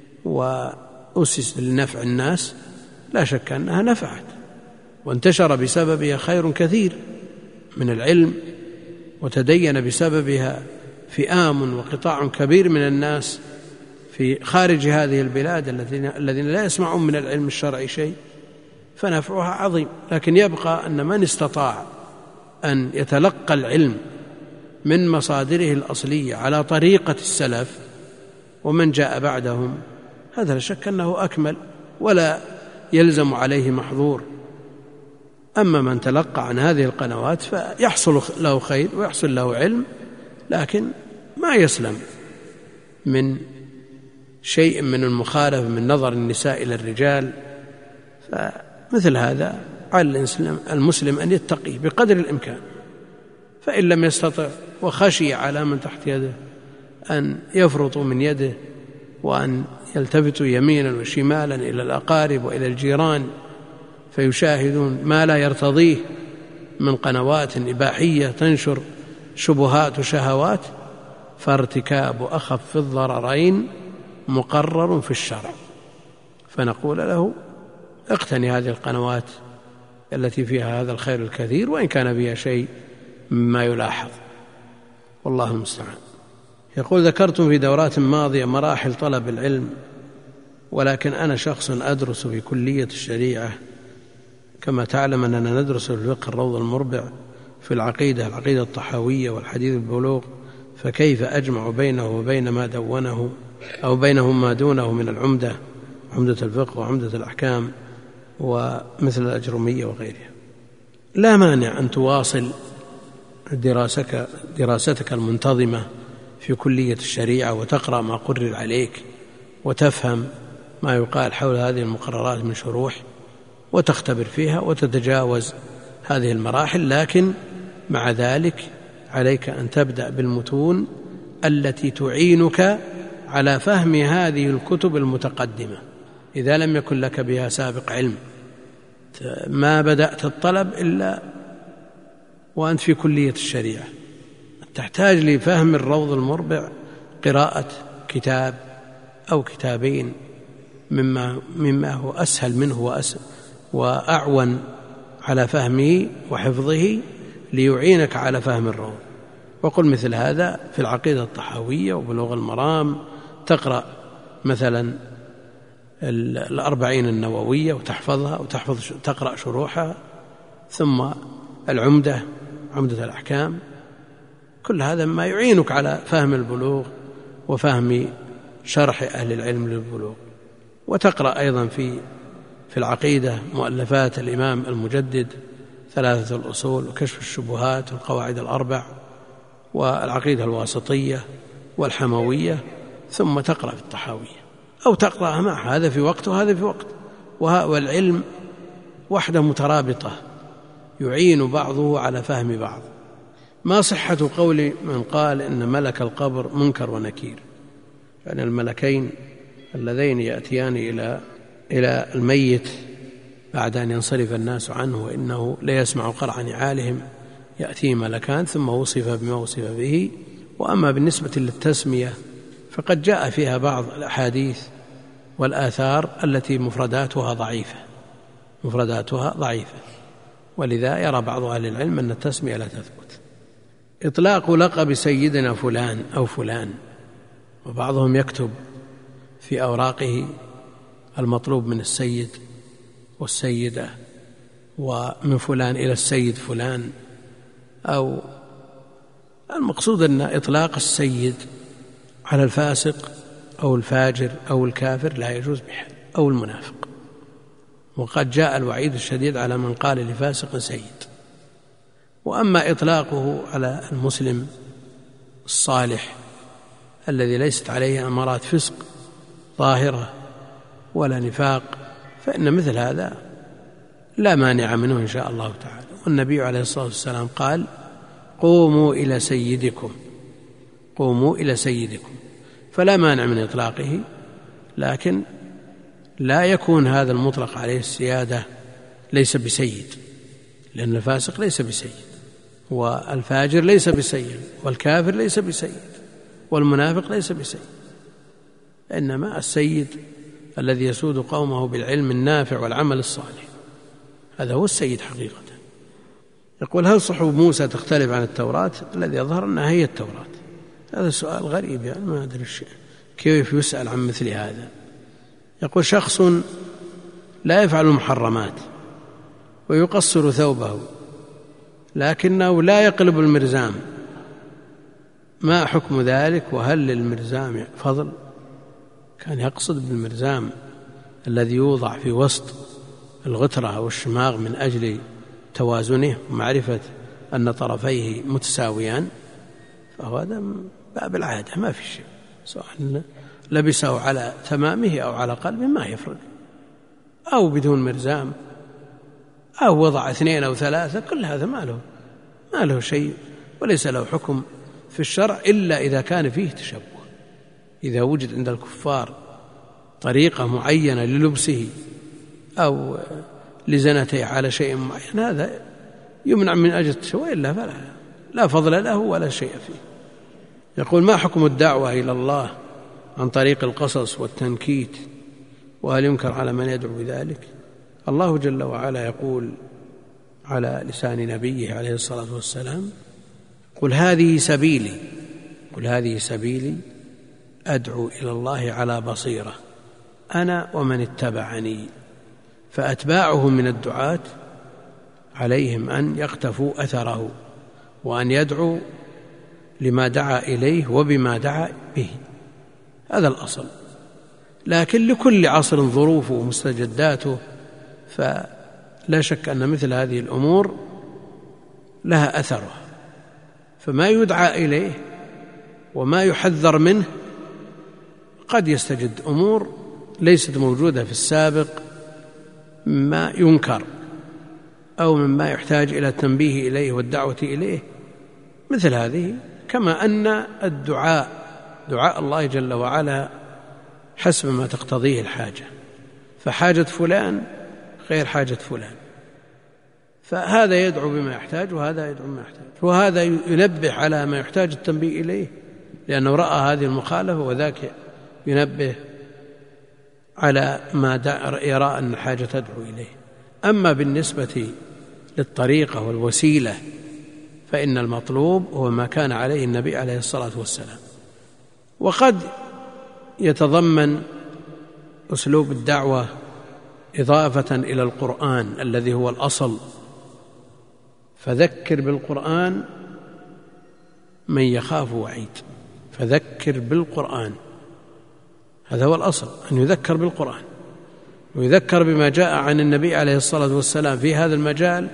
وأسست لنفع الناس، لا شك أنها نفعت وانتشر بسببها خير كثير من العلم، وتدين بسببها فئام وقطاع كبير من الناس في خارج هذه البلاد الذين لا يسمعون من العلم الشرعي شيء، فنفعها عظيم. لكن يبقى أن من استطاع أن يتلقى العلم من مصادره الأصلية على طريقة السلف ومن جاء بعدهم، هذا لا شك أنه أكمل ولا يلزم عليه محظور. أما من تلقى عن هذه القنوات فيحصل له خير ويحصل له علم، لكن ما يسلم من شيء من المخالفة من نظر النساء إلى الرجال. فمثل هذا على المسلم أن يتقي بقدر الإمكان، فإن لم يستطع وخشي على من تحت يده أن يفرطوا من يده وأن يلتفتوا يمينا وشمالا إلى الأقارب وإلى الجيران فيشاهدون ما لا يرتضيه من قنوات إباحية تنشر شبهات وشهوات، فارتكاب أخف الضررين مقرر في الشرع. فنقول له اقتني هذه القنوات التي فيها هذا الخير الكثير وإن كان فيها شيء مما يلاحظ، والله المستعان. يقول ذكرتم في دورات ماضية مراحل طلب العلم، ولكن أنا شخص أدرس في كلية الشريعة، كما تعلم أننا ندرس الفقه الروض المربع في العقيدة العقيدة الطحاوية والحديث البلوغ، فكيف أجمع بينه وبين ما دونه أو بينهم ما دونه من العمدة عمدة الفقه وعمدة الأحكام ومثل الأجرمية وغيرها؟ لا مانع أن تواصل دراستك, دراستك المنتظمة في كلية الشريعة وتقرأ ما قرر عليك وتفهم ما يقال حول هذه المقررات من شروح وتختبر فيها وتتجاوز هذه المراحل، لكن مع ذلك عليك أن تبدأ بالمتون التي تعينك على فهم هذه الكتب المتقدمة إذا لم يكن لك بها سابق علم. ما بدأت الطلب إلا وأنت في كلية الشريعة، تحتاج لفهم الروض المربع قراءة كتاب أو كتابين مما, مما هو أسهل منه وأسهل وأعون على فهمه وحفظه ليعينك على فهم الروض. وقل مثل هذا في العقيدة الطحاوية وبلوغ المرام، تقرأ مثلا الأربعين النووية وتحفظها وتحفظ تقرأ شروحها، ثم العمدة عمدة الأحكام، كل هذا ما يعينك على فهم البلوغ وفهم شرح أهل العلم للبلوغ. وتقرأ أيضا في في العقيدة مؤلفات الإمام المجدد ثلاثة الأصول وكشف الشبهات والقواعد الأربع والعقيدة الواسطية والحموية، ثم تقرأ في الطحاوية أو تقرأها مع هذا في وقت وهذا في وقت. والعلم وحدة مترابطة يعين بعضه على فهم بعض. ما صحة قول من قال إن ملك القبر منكر ونكير، يعني الملكين اللذين يأتيان إلى إلى الميت بعد أن ينصرف الناس عنه وإنه لا يسمع قرع نعالهم، يأتيه ملكان ثم وصف بما وصف به. وأما بالنسبة للتسمية فقد جاء فيها بعض الأحاديث والآثار التي مفرداتها ضعيفة مفرداتها ضعيفة ولذا يرى بعض أهل العلم أن التسمية لا تثبت. إطلاق لقب سيدنا فلان أو فلان، وبعضهم يكتب في أوراقه المطلوب من السيد والسيدة ومن فلان إلى السيد فلان، أو المقصود أن إطلاق السيد على الفاسق أو الفاجر أو الكافر لا يجوز بحال، أو المنافق. وقد جاء الوعيد الشديد على من قال لفاسق سيد. وأما إطلاقه على المسلم الصالح الذي ليست عليه أمارات فسق ظاهرة ولا نفاق فإن مثل هذا لا مانع منه إن شاء الله تعالى. والنبي عليه الصلاة والسلام قال: قوموا إلى سيدكم قوموا إلى سيدكم، فلا مانع من إطلاقه، لكن لا يكون هذا المطلق عليه السيادة ليس بسيد، لأن الفاسق ليس بسيد، والفاجر ليس بسيد، والكافر ليس بسيد، والمنافق ليس بسيد. إنما السيد الذي يسود قومه بالعلم النافع والعمل الصالح، هذا هو السيد حقيقة. يقول: هل صحب موسى تختلف عن التوراة؟ الذي يظهر أنها هي التوراة. هذا سؤال غريب، يعني ما أدري كيف يسأل عن مثل هذا. يقول: شخص لا يفعل المحرمات ويقصر ثوبه لكنه لا يقلب المرزام، ما حكم ذلك؟ وهل للمرزام فضل؟ كان يقصد بالمرزام الذي يوضع في وسط الغترة أو الشماغ من أجل توازنه ومعرفة أن طرفيه متساويان، فهو هذا باب العادة، ما في شيء، سواء لبسه على تمامه أو على قلبه ما يفرق، أو بدون مرزام، أو وضع اثنين أو ثلاثة، كل هذا ما له ما له شيء وليس له حكم في الشرع إلا إذا كان فيه تشبه. إذا وجد عند الكفار طريقة معينة للبسه أو لزنته على شيء معين هذا يمنع من أجل التشبه، إلا فلا لا فضل له ولا شيء فيه. يقول: ما حكم الدعوة إلى الله عن طريق القصص والتنكيت، وهل ينكر على من يدعو بذلك؟ الله جل وعلا يقول على لسان نبيه عليه الصلاة والسلام: قل هذه سبيلي قل هذه سبيلي أدعو إلى الله على بصيرة أنا ومن اتبعني. فأتباعه من الدعاة عليهم أن يقتفوا أثره وأن يدعوا لما دعا إليه وبما دعا به، هذا الأصل. لكن لكل عصر ظروفه ومستجداته، فلا شك أن مثل هذه الأمور لها أثرها، فما يدعى إليه وما يحذر منه قد يستجد أمور ليست موجودة في السابق مما ينكر أو مما يحتاج إلى التنبيه إليه والدعوة إليه مثل هذه. كما أن الدعاء دعاء الله جل وعلا حسب ما تقتضيه الحاجة، فحاجة فلان غير حاجة فلان، فهذا يدعو بما يحتاج وهذا يدعو بما يحتاج، وهذا ينبه على ما يحتاج التنبيه إليه لأنه رأى هذه المخالفة، وذاك ينبه على ما يرى أن الحاجة تدعو إليه. أما بالنسبة للطريقة والوسيلة فإن المطلوب هو ما كان عليه النبي عليه الصلاة والسلام. وقد يتضمن أسلوب الدعوة إضافة إلى القرآن الذي هو الأصل، فذكر بالقرآن من يخاف وعيد، فذكر بالقرآن، هذا هو الأصل، أن يذكر بالقرآن ويذكر بما جاء عن النبي عليه الصلاة والسلام في هذا المجال.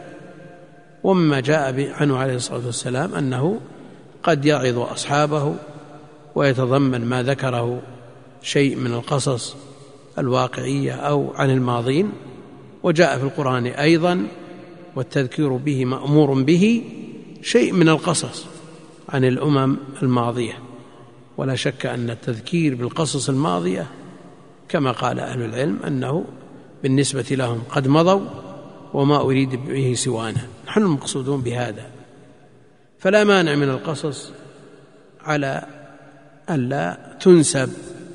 ومما جاء عنه عليه الصلاة والسلام أنه قد يعظ أصحابه ويتضمن ما ذكره شيء من القصص الواقعية أو عن الماضين. وجاء في القرآن أيضا والتذكير به مأمور به شيء من القصص عن الأمم الماضية، ولا شك أن التذكير بالقصص الماضية كما قال أهل العلم أنه بالنسبة لهم قد مضوا وما أريد به سوانا، نحن المقصودون بهذا. فلا مانع من القصص على ألا تنسب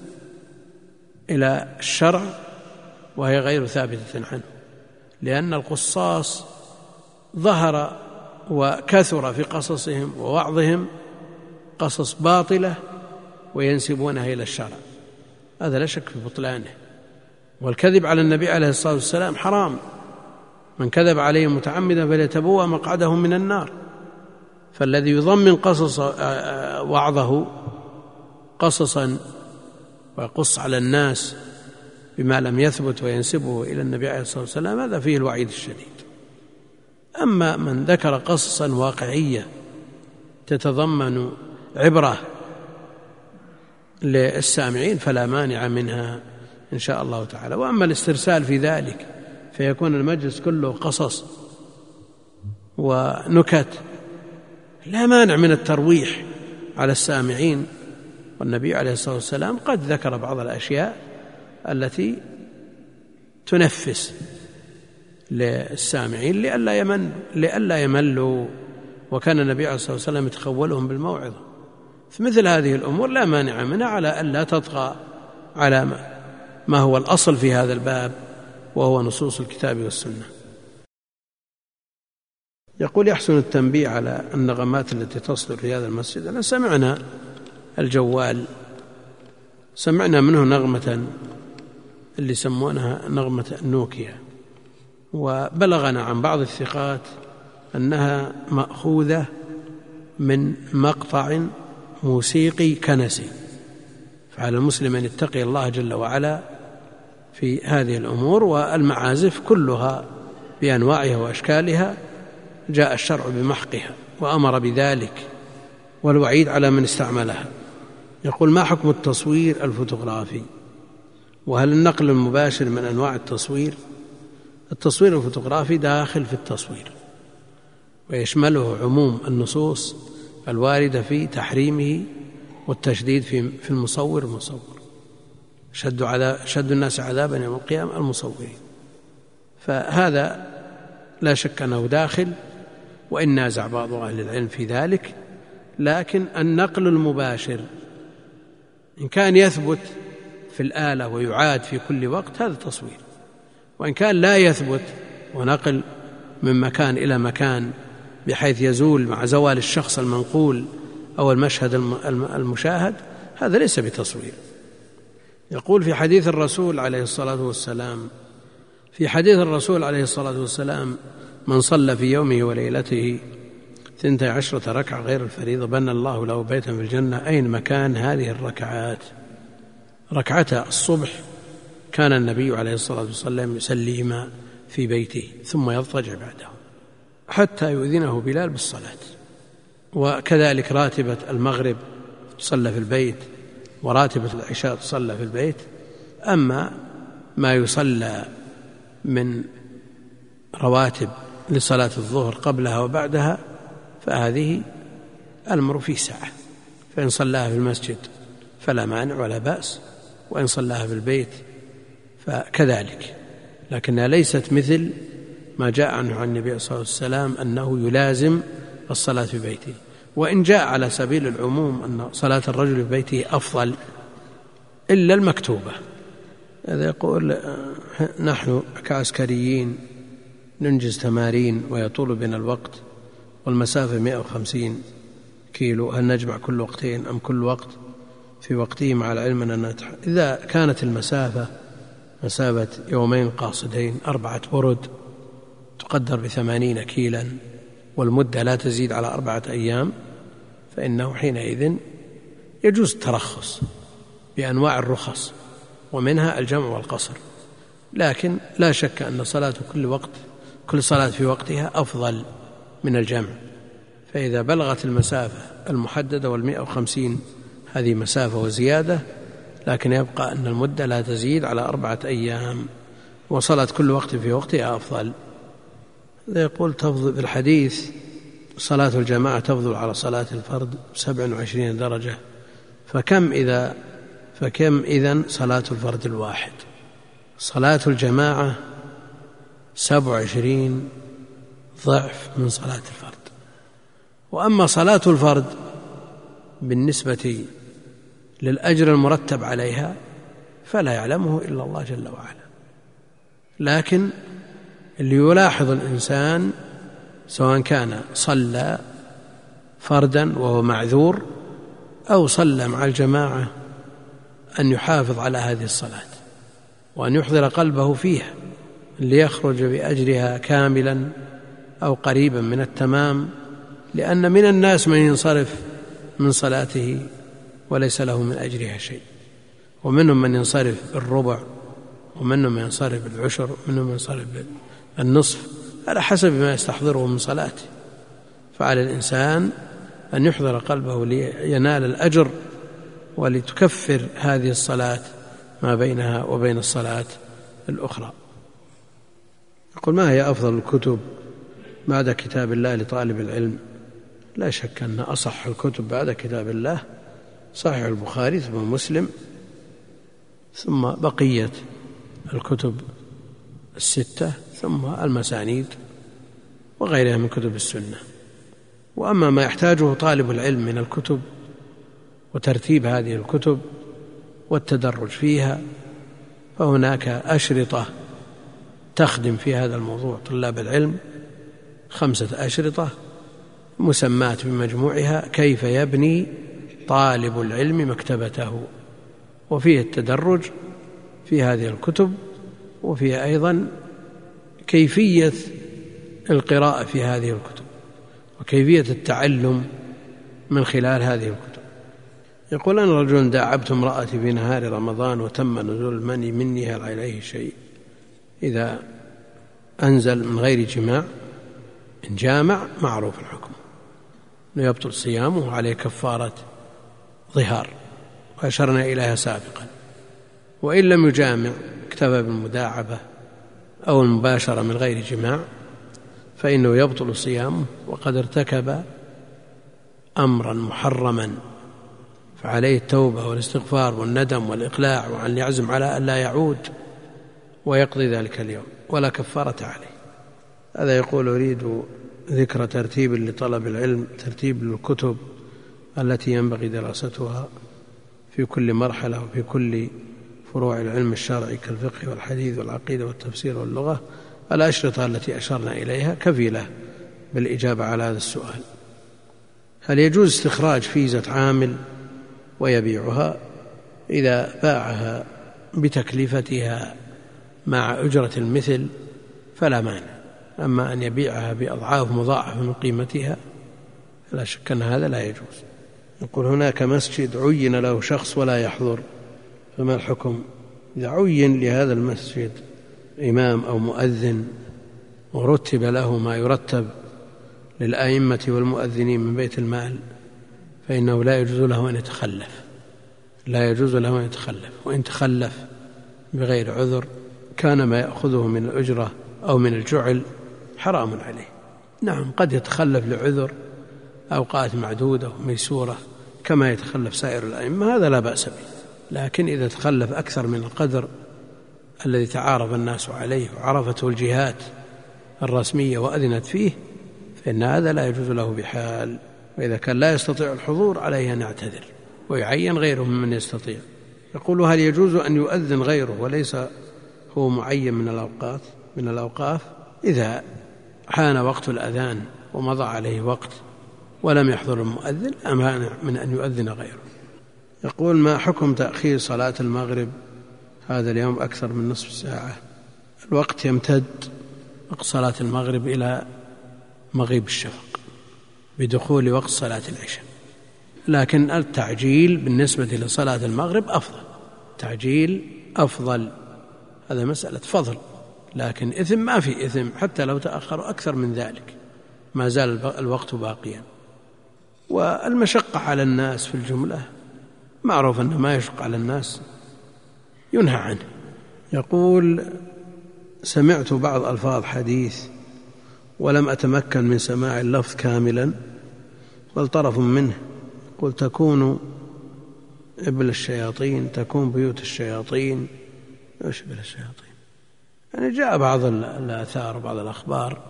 إلى الشرع وهي غير ثابتة عنه، لأن القصاص ظهر وكثر في قصصهم ووعظهم قصص باطلة وينسبونها إلى الشرع، هذا لا شك في بطلانه. والكذب على النبي عليه الصلاة والسلام حرام، من كذب عليه متعمدا فليتبوأ مقعده من النار. فالذي يضمن قصص وعظه قصصا ويقص على الناس بما لم يثبت وينسبه إلى النبي عليه الصلاة والسلام هذا فيه الوعيد الشديد. أما من ذكر قصصا واقعية تتضمن عبرة للسامعين فلا مانع منها إن شاء الله تعالى. وأما الاسترسال في ذلك فيكون المجلس كله قصص ونكت لا مانع من الترويح على السامعين، والنبي عليه الصلاة والسلام قد ذكر بعض الأشياء التي تنفس للسامعين لئلا يمل لئلا يملوا، وكان النبي عليه الصلاة والسلام يتخولهم بالموعظة. فمثل هذه الأمور لا مانع منها على أن لا تطغى على ما, ما هو الأصل في هذا الباب وهو نصوص الكتاب والسنة. يقول يحسن التنبيه على النغمات التي تصدر في هذا المسجد. أنا سمعنا الجوال سمعنا منه نغمة اللي يسمونها نغمة النوكيا، وبلغنا عن بعض الثقات أنها مأخوذة من مقطع موسيقي كنسي، فعلى المسلم أن يتقي الله جل وعلا في هذه الأمور. والمعازف كلها بأنواعها وأشكالها جاء الشرع بمحقها وأمر بذلك والوعيد على من استعملها. يقول ما حكم التصوير الفوتوغرافي، وهل النقل المباشر من أنواع التصوير؟ التصوير الفوتوغرافي داخل في التصوير ويشمله عموم النصوص الواردة في تحريمه والتشديد في المصور المصور شد, عذاب شد الناس عذابا يوم القيامة المصورين، فهذا لا شك أنه داخل، وإن نازع بعض أهل العلم في ذلك. لكن النقل المباشر إن كان يثبت في الآلة ويعاد في كل وقت هذا تصوير، وإن كان لا يثبت ونقل من مكان إلى مكان بحيث يزول مع زوال الشخص المنقول أو المشهد المشاهد هذا ليس بتصوير. يقول في حديث الرسول عليه الصلاة والسلام في حديث الرسول عليه الصلاة والسلام من صلى في يومه وليلته ثنتي عشرة ركعة غير الفريضة بنى الله له بيتا في الجنة. أين مكان هذه الركعات؟ ركعتا الصبح كان النبي عليه الصلاة والسلام يسليهما في بيته ثم يضطجع بعده حتى يؤذنه بلال بالصلاة، وكذلك راتبة المغرب تصلى في البيت وراتبة العشاء تصلى في البيت. أما ما يصلى من رواتب لصلاة الظهر قبلها وبعدها فهذه الأمر في ساعة، فإن صلاها في المسجد فلا مانع ولا بأس، وإن صلاها في البيت فكذلك، لكنها ليست مثل ما جاء عنه عن النبي صلى الله عليه وسلم أنه يلازم الصلاة في بيته. وإن جاء على سبيل العموم أن صلاة الرجل في بيته أفضل إلا المكتوبة. هذا يقول نحن كعسكريين ننجز تمارين ويطول بنا الوقت والمسافة مئة وخمسين كيلو، هل نجمع كل وقتين أم كل وقت في وقته مع العلم أننا إذا كانت المسافة مسافة يومين قاصدين أربعة برد تقدر بثمانين كيلا والمدة لا تزيد على أربعة أيام فإنه حينئذ يجوز الترخص بأنواع الرخص ومنها الجمع والقصر. لكن لا شك أن صلاة كل وقت كل صلاة في وقتها أفضل من الجمع، فإذا بلغت المسافة المحددة والمئة وخمسين هذه مسافة وزيادة، لكن يبقى أن المدة لا تزيد على أربعة أيام، وصلاة كل وقت في وقتها أفضل. يقول تفضل في الحديث صلاة الجماعة تفضل على صلاة الفرد سبع وعشرين درجة، فكم إذا فكم إذن صلاة الفرد الواحد؟ صلاة الجماعة سبع وعشرين ضعف من صلاة الفرد. وأما صلاة الفرد بالنسبة للأجر المرتب عليها فلا يعلمه إلا الله جل وعلا، لكن اللي يلاحظ الإنسان سواء كان صلى فردا وهو معذور أو صلى مع الجماعة أن يحافظ على هذه الصلاة وأن يحضر قلبه فيها ليخرج بأجرها كاملا أو قريبا من التمام، لأن من الناس من ينصرف من صلاته وليس له من أجرها شيء، ومنهم من ينصرف بالربع، ومنهم من ينصرف بالعشر، ومنهم من ينصرف بالنصف على حسب ما يستحضره من صلاته. فعلى الإنسان أن يحضر قلبه لينال الأجر ولتكفر هذه الصلاة ما بينها وبين الصلاة الأخرى. يقول ما هي أفضل الكتب بعد كتاب الله لطالب العلم؟ لا شك أن أصح الكتب بعد كتاب الله صحيح البخاري ثم مسلم ثم بقية الكتب الستة ثم المسانيد وغيرها من كتب السنة. وأما ما يحتاجه طالب العلم من الكتب وترتيب هذه الكتب والتدرج فيها فهناك أشرطة تخدم في هذا الموضوع طلاب العلم، خمسة أشرطة مسمات بمجموعها كيف يبني طالب العلم مكتبته، وفيه التدرج في هذه الكتب، وفيه أيضا كيفية القراءة في هذه الكتب وكيفية التعلم من خلال هذه الكتب. يقول أنا رجل داعبت امرأتي في نهار رمضان وتم نزول المني مني، هل عليه شيء إذا أنزل من غير جماع؟ إن جامع معروف الحكم يبطل صيامه وعليه كفارة ظهار وأشرنا إليها سابقا. وإن لم يجامع اكتفى بالمداعبة أو المباشرة من غير جماع فإنه يبطل صيامه وقد ارتكب أمرا محرما، فعليه التوبة والاستغفار والندم والإقلاع وأن يعزم على أن لا يعود ويقضي ذلك اليوم ولا كفارة عليه. هذا يقول أريد ذكر ترتيب لطلب العلم، ترتيب للكتب التي ينبغي دراستها في كل مرحلة وفي كل فروع العلم الشرعي كالفقه والحديث والعقيدة والتفسير واللغة. الأشرطة التي أشرنا إليها كفيلة بالإجابة على هذا السؤال. هل يجوز استخراج فيزة عامل ويبيعها؟ إذا باعها بتكلفتها مع أجرة المثل فلا مانع، أما أن يبيعها بأضعاف مضاعفة من قيمتها لا شك أن هذا لا يجوز. يقول هناك مسجد عين له شخص ولا يحضر، فما الحكم؟ إذا عين لهذا المسجد إمام أو مؤذن ورتب له ما يرتب للأئمة والمؤذنين من بيت المال فإنه لا يجوز له أن يتخلف، لا يجوز له أن يتخلف، وإن تخلف بغير عذر كان ما يأخذه من الأجرة أو من الجعل حرام عليه. نعم قد يتخلف لعذر أوقات معدودة وميسورة كما يتخلف سائر الأئمة، هذا لا بأس به، لكن إذا تخلف أكثر من القدر الذي تعارف الناس عليه وعرفته الجهات الرسمية وأذنت فيه فإن هذا لا يجوز له بحال. وإذا كان لا يستطيع الحضور عليه أن يعتذر ويعين غيره ممن يستطيع. يقول هل يجوز أن يؤذن غيره وليس هو معين من الأوقات من الأوقاف؟ إذا حان وقت الأذان ومضى عليه وقت ولم يحضر المؤذن لا مانع من أن يؤذن غيره. يقول ما حكم تأخير صلاة المغرب هذا اليوم أكثر من نصف ساعة؟ الوقت يمتد وقت صلاة المغرب إلى مغيب الشفق بدخول وقت صلاة العشاء، لكن التعجيل بالنسبة لصلاة المغرب أفضل، تعجيل أفضل، هذا مسألة فضل، لكن إثم ما في إثم حتى لو تأخروا أكثر من ذلك ما زال الوقت باقيا. والمشقة على الناس في الجملة معروف أن ما يشق على الناس ينهى عنه. يقول: سمعت بعض ألفاظ حديث ولم أتمكن من سماع اللفظ كاملا بل طرف منه، قل تكون إبل الشياطين، تكون بيوت الشياطين. إيش إبل الشياطين؟ يعني جاء بعض الآثار وبعض الأخبار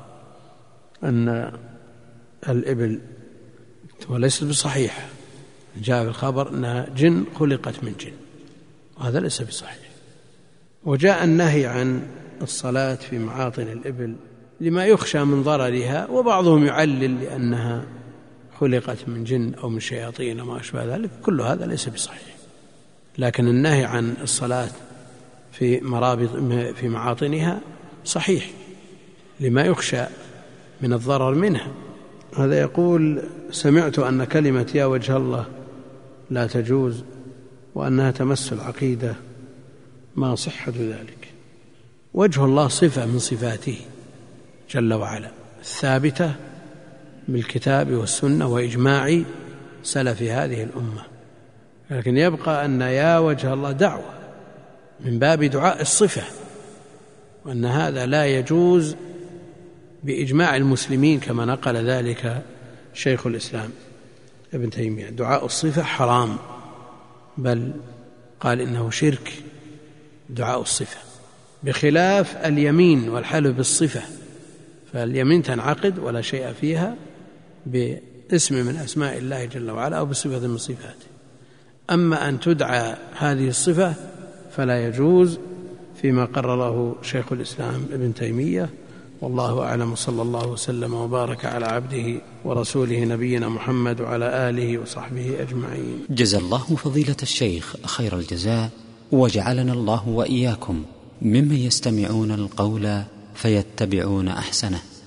أن الإبل، وليس بصحيح، جاء في الخبر أنها جن خلقت من جن، وهذا ليس بصحيح. وجاء النهي عن الصلاة في معاطن الإبل لما يخشى من ضررها، وبعضهم يعلل لأنها خلقت من جن أو من شياطين وما أشبه ذلك، كل هذا ليس بصحيح. لكن النهي عن الصلاة في مرابط في معاطنها صحيح لما يخشى من الضرر منها. هذا يقول: سمعت أن كلمة يا وجه الله لا تجوز وأنها تمس العقيدة، ما صحة ذلك؟ وجه الله صفة من صفاته جل وعلا الثابتة بالكتاب والسنة وإجماع سلف هذه الأمة، لكن يبقى أن يا وجه الله دعوة من باب دعاء الصفة، وأن هذا لا يجوز بإجماع المسلمين كما نقل ذلك شيخ الإسلام ابن تيمية. دعاء الصفة حرام، بل قال إنه شرك دعاء الصفة، بخلاف اليمين والحلف بالصفة، فاليمين تنعقد ولا شيء فيها باسم من أسماء الله جل وعلا أو بصفة من صفاته. أما أن تدعى هذه الصفة فلا يجوز فيما قرره شيخ الإسلام ابن تيمية. والله أعلم، صلى الله وسلم وبارك على عبده ورسوله نبينا محمد وعلى آله وصحبه أجمعين. جزا الله فضيلة الشيخ خير الجزاء، وجعلنا الله وإياكم ممن يستمعون القول فيتبعون أحسنه.